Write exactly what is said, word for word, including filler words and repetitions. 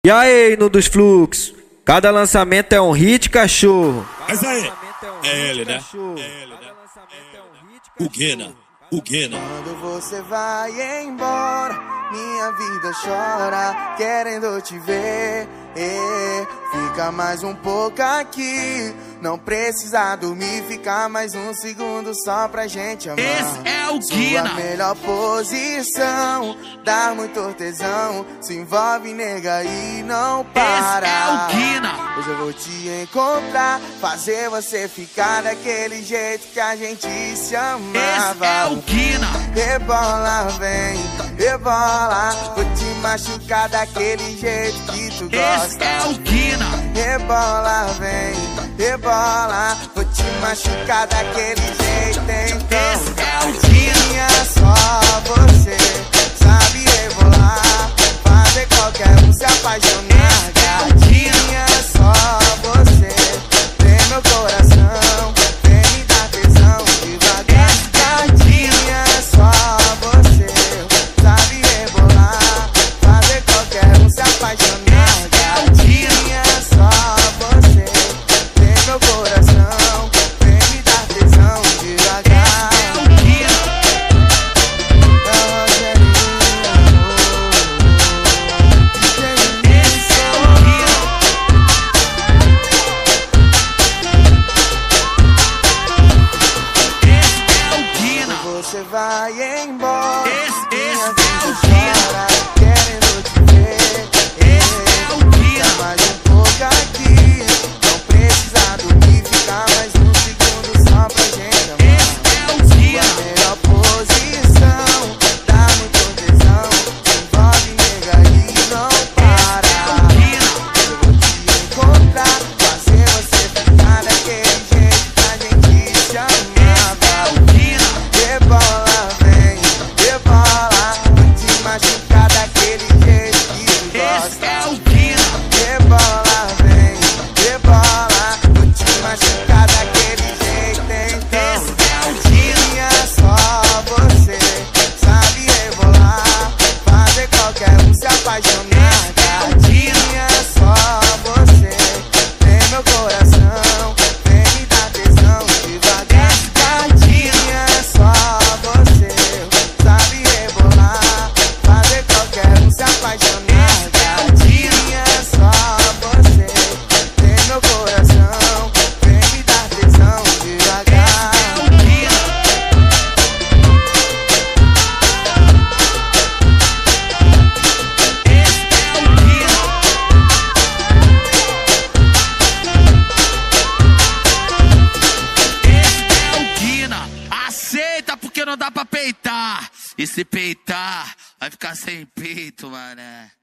E aí, no dos fluxos, cada lançamento é um hit, cachorro. Mas aí, é ele, né? É ele, né? O Guena, o Guena. Quando você vai embora, minha vida chora, querendo te ver. E fica mais um pouco aqui, não precisa dormir, fica mais um segundo só pra gente amar. Esse é o Guena. Sua melhor posição, dá muito tesão, se envolve, nega, e não para. Esse é o Guena. Hoje eu vou te encontrar, fazer você ficar daquele jeito que a gente se amava. Esse é o Guena. Rebola, vem, rebola, vou te machucar daquele jeito que tu gosta. Esse é o Guena. Rebola, vem, rebola, vou te machucar daquele jeito, então. Esse é o Guena. Só você sabe rebolar, fazer qualquer um se apaixonar. Gatinha, só você tem meu coração, vem me dar tesão devagar. Gatinha, só você sabe rebolar, fazer qualquer um se apaixonar. Gatinha, só você tem meu coração, vem me dar tesão devagar. Você vai embora, Esse, esse minha é vida o Guena. chora, querendo te ver. Esse é o Guena. Fica mais um pouco aqui, não precisa dormir, fica mais um segundo só pra gente amar. Esse é o Sua Guena. melhor posição, dá muito tesão, se envolve, nega, e não para. Eu vou te encontrar, fazer você ficar daquele jeito que a gente se amava. Rebola, vem, rebola, vou te machucar daquele jeito que tu Esse é gosta. o Guena. Rebola, vem, rebola, vou te machucar daquele jeito, então. Esse é o Guena. Gatinha, só você sabe rebolar, fazer qualquer um se apaixonar. Gatinha, só você tem meu coração, vem me dar tesão devagar. Gatinha, só você sabe rebolar, fazer qualquer um se apaixonar. Gatinha, só você tem meu coração, vem me dar tesão devagar. Aceita porque não dá pra peitar. E se peitar, vai ficar sem peito, mané.